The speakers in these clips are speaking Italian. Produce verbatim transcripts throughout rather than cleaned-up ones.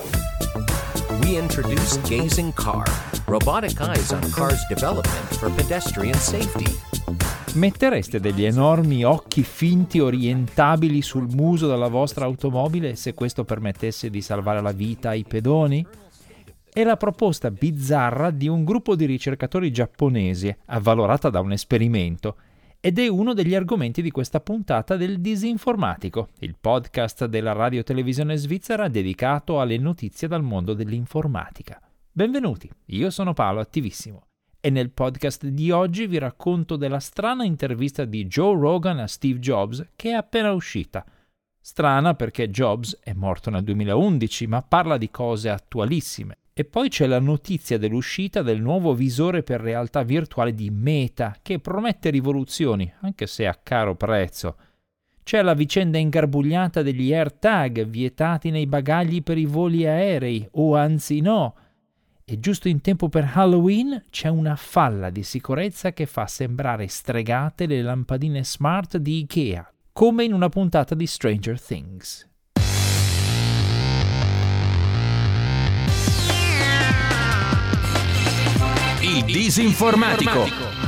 We introduced Gazing Car, robotic eyes on cars development for pedestrian safety. Mettereste degli enormi occhi finti orientabili sul muso della vostra automobile se questo permettesse di salvare la vita ai pedoni? È la proposta bizzarra di un gruppo di ricercatori giapponesi, avvalorata da un esperimento, ed è uno degli argomenti di questa puntata del Disinformatico, il podcast della radio-televisione svizzera dedicato alle notizie dal mondo dell'informatica. Benvenuti, io sono Paolo Attivissimo e nel podcast di oggi vi racconto della strana intervista di Joe Rogan a Steve Jobs che è appena uscita. Strana perché Jobs è morto nel duemilaundici, ma parla di cose attualissime. E poi c'è la notizia dell'uscita del nuovo visore per realtà virtuale di Meta, che promette rivoluzioni, anche se a caro prezzo. C'è la vicenda ingarbugliata degli AirTag vietati nei bagagli per i voli aerei, o anzi no. E giusto in tempo per Halloween c'è una falla di sicurezza che fa sembrare stregate le lampadine smart di Ikea, come in una puntata di Stranger Things. Il Disinformatico.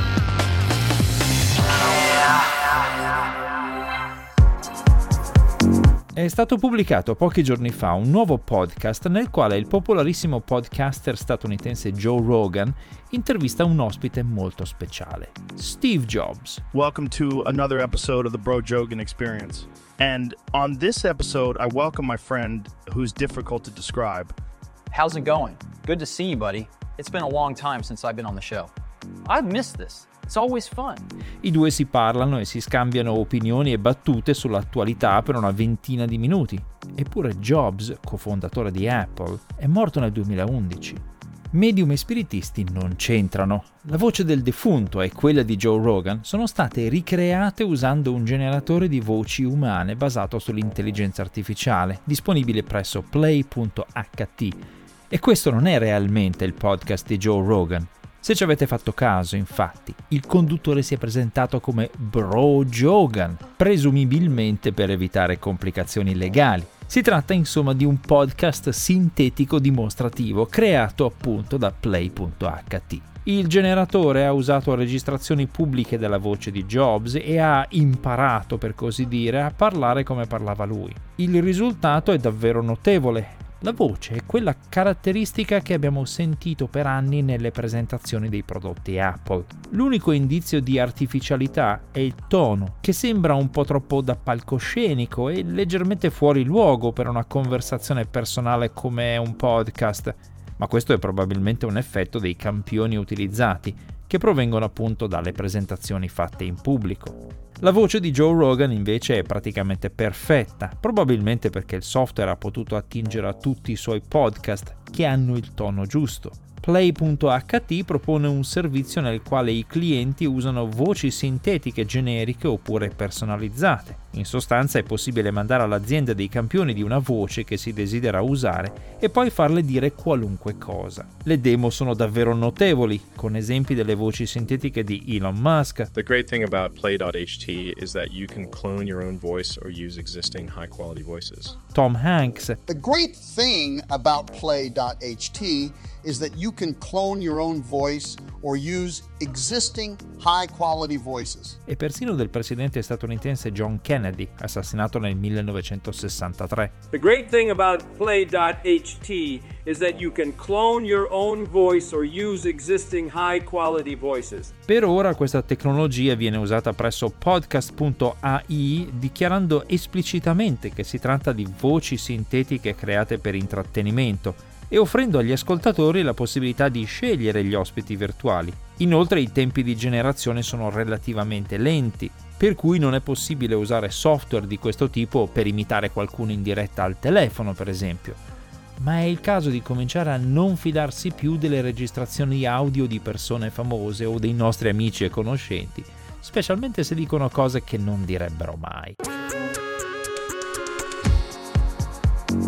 È stato pubblicato pochi giorni fa un nuovo podcast nel quale il popolarissimo podcaster statunitense Joe Rogan intervista un ospite molto speciale, Steve Jobs. Welcome to another episode of the Bro Jogan Experience. And on this episode, I welcome my friend who's difficult to describe. How's it going? Good to see you, buddy. It's been a long time since I've been on the show. I've missed this. It's always fun. I due si parlano e si scambiano opinioni e battute sull'attualità per una ventina di minuti. Eppure Jobs, cofondatore di Apple, è morto nel duemilaundici. Medium e spiritisti non c'entrano. La voce del defunto e quella di Joe Rogan sono state ricreate usando un generatore di voci umane basato sull'intelligenza artificiale, disponibile presso play punto acca ti. E questo non è realmente il podcast di Joe Rogan. Se ci avete fatto caso, infatti, il conduttore si è presentato come Bro Jogan, presumibilmente per evitare complicazioni legali. Si tratta insomma di un podcast sintetico dimostrativo creato appunto da play punto acca ti. Il generatore ha usato registrazioni pubbliche della voce di Jobs e ha imparato, per così dire, a parlare come parlava lui. Il risultato è davvero notevole. La voce è quella caratteristica che abbiamo sentito per anni nelle presentazioni dei prodotti Apple. L'unico indizio di artificialità è il tono, che sembra un po' troppo da palcoscenico e leggermente fuori luogo per una conversazione personale come un podcast. Ma questo è probabilmente un effetto dei campioni utilizzati, che provengono appunto dalle presentazioni fatte in pubblico. La voce di Joe Rogan invece è praticamente perfetta, probabilmente perché il software ha potuto attingere a tutti i suoi podcast che hanno il tono giusto. play punto acca ti propone un servizio nel quale i clienti usano voci sintetiche generiche oppure personalizzate. In sostanza è possibile mandare all'azienda dei campioni di una voce che si desidera usare e poi farle dire qualunque cosa. Le demo sono davvero notevoli, con esempi delle voci sintetiche di Elon Musk. The great thing about play punto acca ti is that you can clone your own voice or use existing high quality voices. Tom Hanks. The great thing about play punto acca ti is that you can clone your own voice or use existing high-quality voices. E persino del presidente statunitense John Kennedy, assassinato nel millenovecentosessantatré. The great thing about play punto acca ti is that you can clone your own voice or use existing high-quality voices. Per ora questa tecnologia viene usata presso podcast punto a i, dichiarando esplicitamente che si tratta di voci sintetiche create per intrattenimento e offrendo agli ascoltatori la possibilità di scegliere gli ospiti virtuali. Inoltre i tempi di generazione sono relativamente lenti, per cui non è possibile usare software di questo tipo per imitare qualcuno in diretta al telefono, per esempio. Ma è il caso di cominciare a non fidarsi più delle registrazioni audio di persone famose o dei nostri amici e conoscenti, specialmente se dicono cose che non direbbero mai.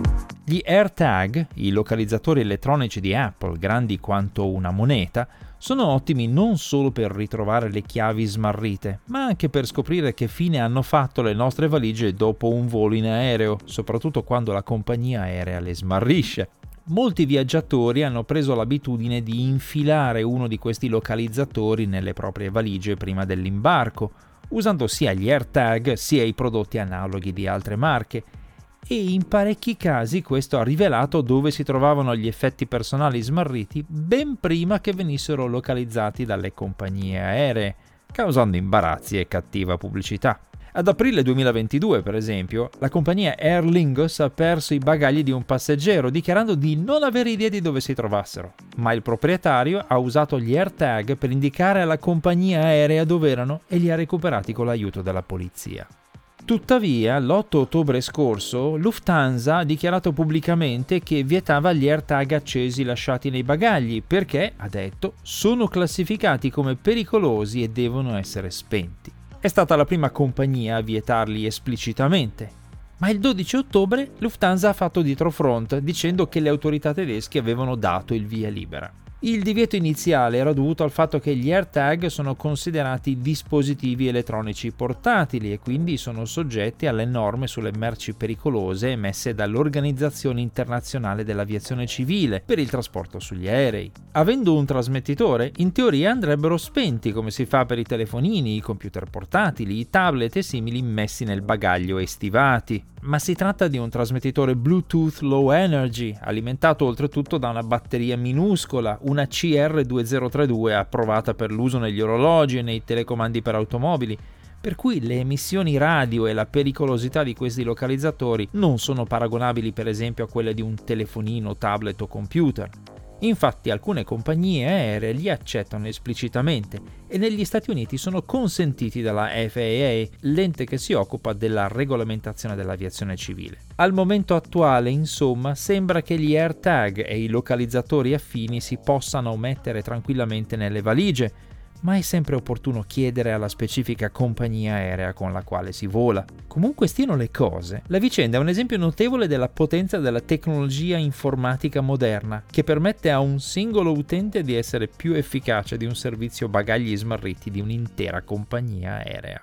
Gli AirTag, i localizzatori elettronici di Apple grandi quanto una moneta, sono ottimi non solo per ritrovare le chiavi smarrite, ma anche per scoprire che fine hanno fatto le nostre valigie dopo un volo in aereo, soprattutto quando la compagnia aerea le smarrisce. Molti viaggiatori hanno preso l'abitudine di infilare uno di questi localizzatori nelle proprie valigie prima dell'imbarco, usando sia gli AirTag sia i prodotti analoghi di altre marche, e in parecchi casi questo ha rivelato dove si trovavano gli effetti personali smarriti ben prima che venissero localizzati dalle compagnie aeree, causando imbarazzi e cattiva pubblicità. Ad aprile duemilaventidue, per esempio, la compagnia Aer Lingus ha perso i bagagli di un passeggero, dichiarando di non avere idea di dove si trovassero, ma il proprietario ha usato gli AirTag per indicare alla compagnia aerea dove erano e li ha recuperati con l'aiuto della polizia. Tuttavia, l'otto ottobre scorso, Lufthansa ha dichiarato pubblicamente che vietava gli AirTag accesi lasciati nei bagagli perché, ha detto, sono classificati come pericolosi e devono essere spenti. È stata la prima compagnia a vietarli esplicitamente, ma il dodici ottobre Lufthansa ha fatto dietrofront dicendo che le autorità tedesche avevano dato il via libera. Il divieto iniziale era dovuto al fatto che gli AirTag sono considerati dispositivi elettronici portatili e quindi sono soggetti alle norme sulle merci pericolose emesse dall'Organizzazione Internazionale dell'Aviazione Civile per il trasporto sugli aerei. Avendo un trasmettitore, in teoria andrebbero spenti come si fa per i telefonini, i computer portatili, i tablet e simili messi nel bagaglio e stivati. Ma si tratta di un trasmettitore Bluetooth Low Energy, alimentato oltretutto da una batteria minuscola, una C R duemila trentadue approvata per l'uso negli orologi e nei telecomandi per automobili, per cui le emissioni radio e la pericolosità di questi localizzatori non sono paragonabili per esempio a quelle di un telefonino, tablet o computer. Infatti alcune compagnie aeree li accettano esplicitamente e negli Stati Uniti sono consentiti dalla F A A, l'ente che si occupa della regolamentazione dell'aviazione civile. Al momento attuale, insomma, sembra che gli AirTag e i localizzatori affini si possano mettere tranquillamente nelle valigie, ma è sempre opportuno chiedere alla specifica compagnia aerea con la quale si vola. Comunque stiano le cose, la vicenda è un esempio notevole della potenza della tecnologia informatica moderna, che permette a un singolo utente di essere più efficace di un servizio bagagli smarriti di un'intera compagnia aerea.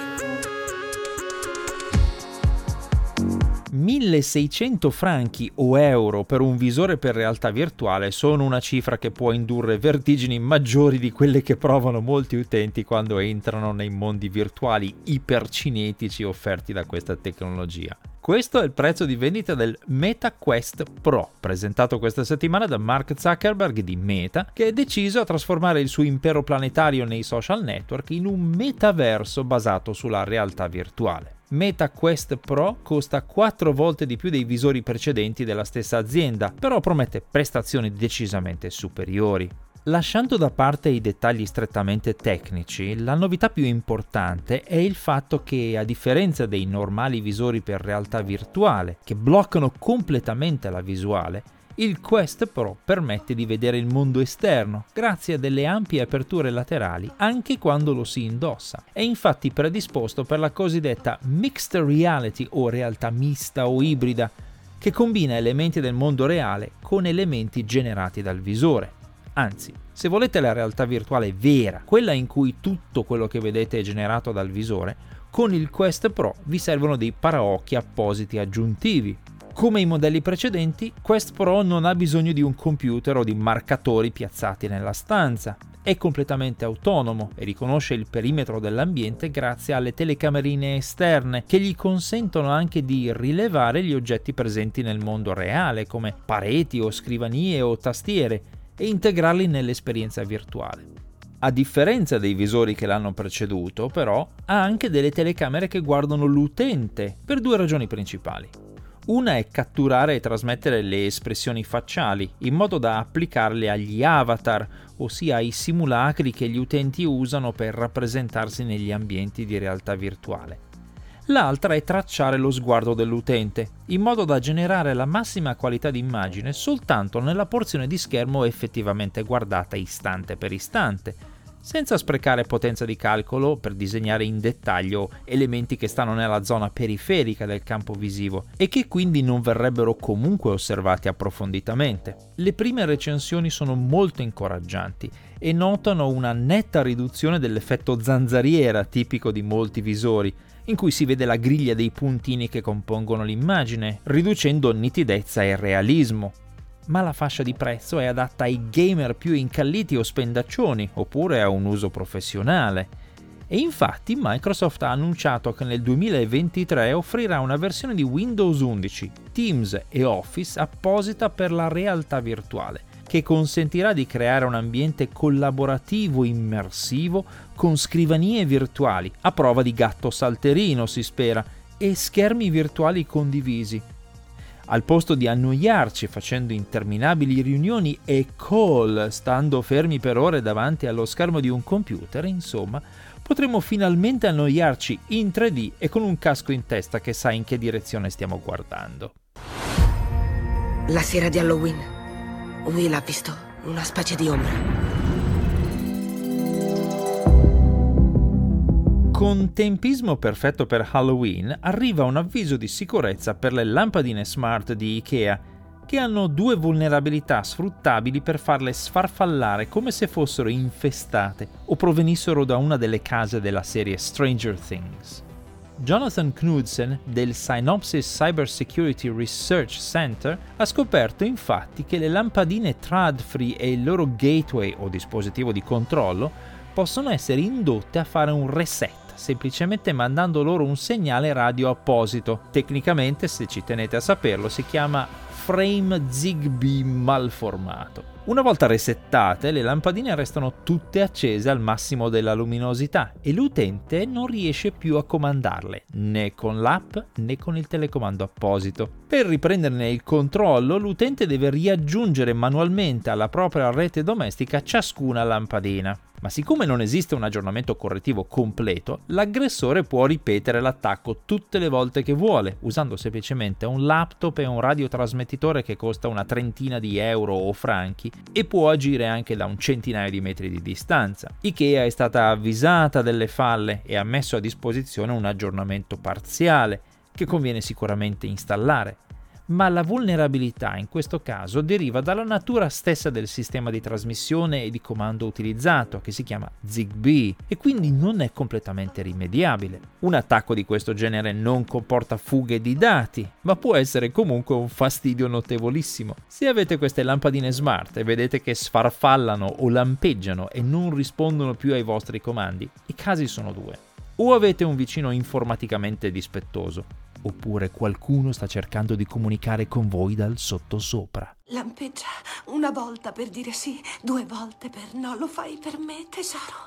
milleseicento franchi o euro per un visore per realtà virtuale sono una cifra che può indurre vertigini maggiori di quelle che provano molti utenti quando entrano nei mondi virtuali ipercinetici offerti da questa tecnologia. Questo è il prezzo di vendita del Meta Quest Pro, presentato questa settimana da Mark Zuckerberg di Meta, che è deciso a trasformare il suo impero planetario nei social network in un metaverso basato sulla realtà virtuale. Meta Quest Pro costa quattro volte di più dei visori precedenti della stessa azienda, però promette prestazioni decisamente superiori. Lasciando da parte i dettagli strettamente tecnici, la novità più importante è il fatto che, a differenza dei normali visori per realtà virtuale, che bloccano completamente la visuale, il Quest Pro permette di vedere il mondo esterno grazie a delle ampie aperture laterali anche quando lo si indossa. È infatti predisposto per la cosiddetta Mixed Reality o realtà mista o ibrida, che combina elementi del mondo reale con elementi generati dal visore. Anzi, se volete la realtà virtuale vera, quella in cui tutto quello che vedete è generato dal visore, con il Quest Pro vi servono dei paraocchi appositi aggiuntivi. Come i modelli precedenti, Quest Pro non ha bisogno di un computer o di marcatori piazzati nella stanza. È completamente autonomo e riconosce il perimetro dell'ambiente grazie alle telecamerine esterne che gli consentono anche di rilevare gli oggetti presenti nel mondo reale, come pareti o scrivanie o tastiere, e integrarli nell'esperienza virtuale. A differenza dei visori che l'hanno preceduto, però, ha anche delle telecamere che guardano l'utente per due ragioni principali. Una è catturare e trasmettere le espressioni facciali, in modo da applicarle agli avatar, ossia ai simulacri che gli utenti usano per rappresentarsi negli ambienti di realtà virtuale. L'altra è tracciare lo sguardo dell'utente, in modo da generare la massima qualità di immagine soltanto nella porzione di schermo effettivamente guardata istante per istante, senza sprecare potenza di calcolo per disegnare in dettaglio elementi che stanno nella zona periferica del campo visivo e che quindi non verrebbero comunque osservati approfonditamente. Le prime recensioni sono molto incoraggianti e notano una netta riduzione dell'effetto zanzariera tipico di molti visori, in cui si vede la griglia dei puntini che compongono l'immagine, riducendo nitidezza e realismo. Ma la fascia di prezzo è adatta ai gamer più incalliti o spendaccioni, oppure a un uso professionale. E infatti Microsoft ha annunciato che nel duemilaventitré offrirà una versione di Windows undici, Teams e Office apposita per la realtà virtuale, che consentirà di creare un ambiente collaborativo immersivo con scrivanie virtuali, a prova di gatto salterino si spera, e schermi virtuali condivisi. Al posto di annoiarci facendo interminabili riunioni e call stando fermi per ore davanti allo schermo di un computer, insomma, potremo finalmente annoiarci in tre D e con un casco in testa che sa in che direzione stiamo guardando. La sera di Halloween, Will ha visto una specie di ombra. Con tempismo perfetto per Halloween arriva un avviso di sicurezza per le lampadine smart di IKEA, che hanno due vulnerabilità sfruttabili per farle sfarfallare come se fossero infestate o provenissero da una delle case della serie Stranger Things. Jonathan Knudsen del Synopsys Cybersecurity Research Center ha scoperto infatti che le lampadine Trad-free e il loro gateway o dispositivo di controllo possono essere indotte a fare un reset, semplicemente mandando loro un segnale radio apposito. Tecnicamente, se ci tenete a saperlo, si chiama frame Zigbee malformato. Una volta resettate, le lampadine restano tutte accese al massimo della luminosità e l'utente non riesce più a comandarle, né con l'app né con il telecomando apposito. Per riprenderne il controllo, l'utente deve riaggiungere manualmente alla propria rete domestica ciascuna lampadina. Ma siccome non esiste un aggiornamento correttivo completo, l'aggressore può ripetere l'attacco tutte le volte che vuole, usando semplicemente un laptop e un radiotrasmettitore che costa una trentina di euro o franchi e può agire anche da un centinaio di metri di distanza. IKEA è stata avvisata delle falle e ha messo a disposizione un aggiornamento parziale, che conviene sicuramente installare. Ma la vulnerabilità in questo caso deriva dalla natura stessa del sistema di trasmissione e di comando utilizzato, che si chiama Zigbee, e quindi non è completamente rimediabile. Un attacco di questo genere non comporta fughe di dati, ma può essere comunque un fastidio notevolissimo. Se avete queste lampadine smart e vedete che sfarfallano o lampeggiano e non rispondono più ai vostri comandi, i casi sono due. O avete un vicino informaticamente dispettoso, oppure qualcuno sta cercando di comunicare con voi dal sottosopra. Lampeggia una volta per dire sì, due volte per no. Lo fai per me, tesoro.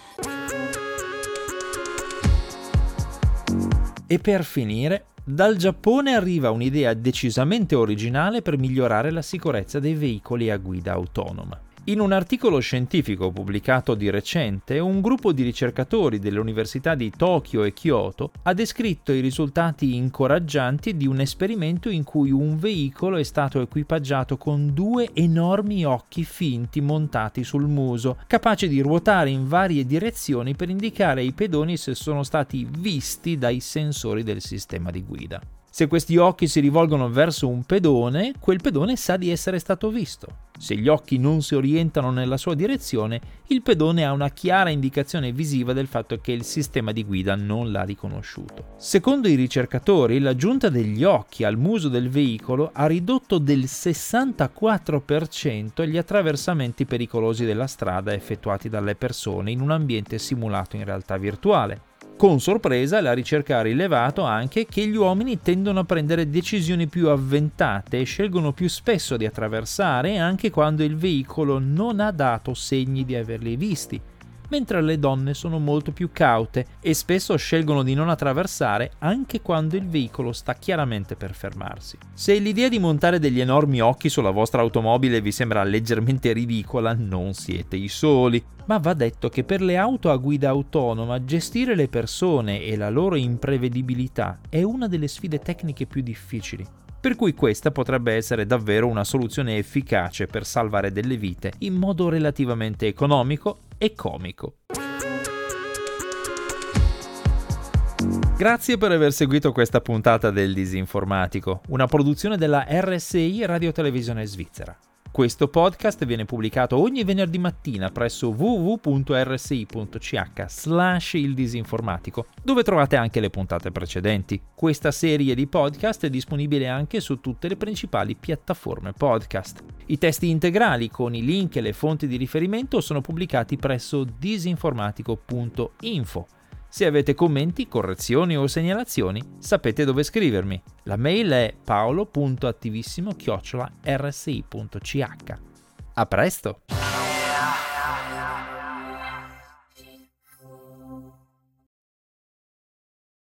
E per finire, dal Giappone arriva un'idea decisamente originale per migliorare la sicurezza dei veicoli a guida autonoma. In un articolo scientifico pubblicato di recente, un gruppo di ricercatori delle università di Tokyo e Kyoto ha descritto i risultati incoraggianti di un esperimento in cui un veicolo è stato equipaggiato con due enormi occhi finti montati sul muso, capaci di ruotare in varie direzioni per indicare ai pedoni se sono stati visti dai sensori del sistema di guida. Se questi occhi si rivolgono verso un pedone, quel pedone sa di essere stato visto. Se gli occhi non si orientano nella sua direzione, il pedone ha una chiara indicazione visiva del fatto che il sistema di guida non l'ha riconosciuto. Secondo i ricercatori, l'aggiunta degli occhi al muso del veicolo ha ridotto del sessantaquattro per cento gli attraversamenti pericolosi della strada effettuati dalle persone in un ambiente simulato in realtà virtuale. Con sorpresa, la ricerca ha rilevato anche che gli uomini tendono a prendere decisioni più avventate e scelgono più spesso di attraversare anche quando il veicolo non ha dato segni di averli visti, mentre le donne sono molto più caute e spesso scelgono di non attraversare anche quando il veicolo sta chiaramente per fermarsi. Se l'idea di montare degli enormi occhi sulla vostra automobile vi sembra leggermente ridicola, non siete i soli. Ma va detto che per le auto a guida autonoma gestire le persone e la loro imprevedibilità è una delle sfide tecniche più difficili. per cui questa potrebbe essere davvero una soluzione efficace per salvare delle vite in modo relativamente economico e comico. Grazie per aver seguito questa puntata del Disinformatico, una produzione della R S I Radio Televisione Svizzera. Questo podcast viene pubblicato ogni venerdì mattina presso w w w punto r s i punto c h slash il disinformatico, dove trovate anche le puntate precedenti. Questa serie di podcast è disponibile anche su tutte le principali piattaforme podcast. I testi integrali con i link e le fonti di riferimento sono pubblicati presso disinformatico punto info. Se avete commenti, correzioni o segnalazioni, sapete dove scrivermi. La mail è paolo punto attivissimo chiocciola r s i punto c h. A presto!